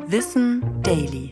Wissen Daily.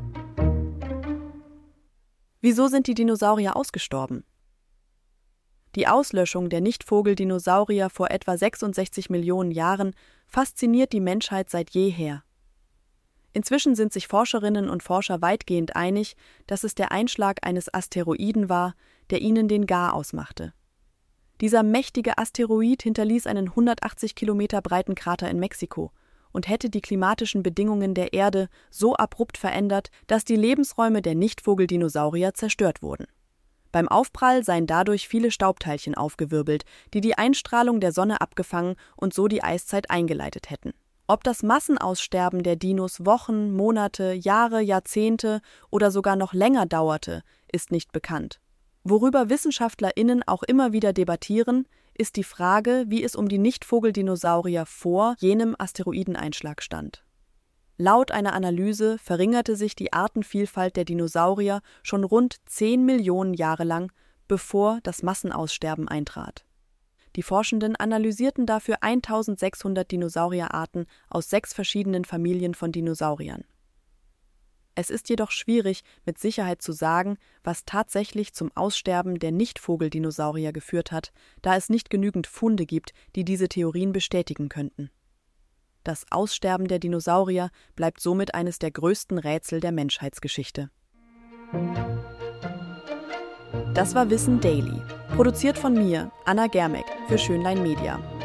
Wieso sind die Dinosaurier ausgestorben? Die Auslöschung der Nichtvogel-Dinosaurier vor etwa 66 Millionen Jahren fasziniert die Menschheit seit jeher. Inzwischen sind sich Forscherinnen und Forscher weitgehend einig, dass es der Einschlag eines Asteroiden war, der ihnen den Gar ausmachte. Dieser mächtige Asteroid hinterließ einen 180 Kilometer breiten Krater in Mexiko und hätte die klimatischen Bedingungen der Erde so abrupt verändert, dass die Lebensräume der Nichtvogel-Dinosaurier zerstört wurden. Beim Aufprall seien dadurch viele Staubteilchen aufgewirbelt, die die Einstrahlung der Sonne abgefangen und so die Eiszeit eingeleitet hätten. Ob das Massenaussterben der Dinos Wochen, Monate, Jahre, Jahrzehnte oder sogar noch länger dauerte, ist nicht bekannt. Worüber WissenschaftlerInnen auch immer wieder debattieren, ist die Frage, wie es um die Nichtvogel-Dinosaurier vor jenem Asteroideneinschlag stand. Laut einer Analyse verringerte sich die Artenvielfalt der Dinosaurier schon rund 10 Millionen Jahre lang, bevor das Massenaussterben eintrat. Die Forschenden analysierten dafür 1600 Dinosaurierarten aus 6 verschiedenen Familien von Dinosauriern. Es ist jedoch schwierig, mit Sicherheit zu sagen, was tatsächlich zum Aussterben der Nichtvogel-Dinosaurier geführt hat, da es nicht genügend Funde gibt, die diese Theorien bestätigen könnten. Das Aussterben der Dinosaurier bleibt somit eines der größten Rätsel der Menschheitsgeschichte. Das war Wissen Daily, produziert von mir, Anna Germeck, für Schönlein Media.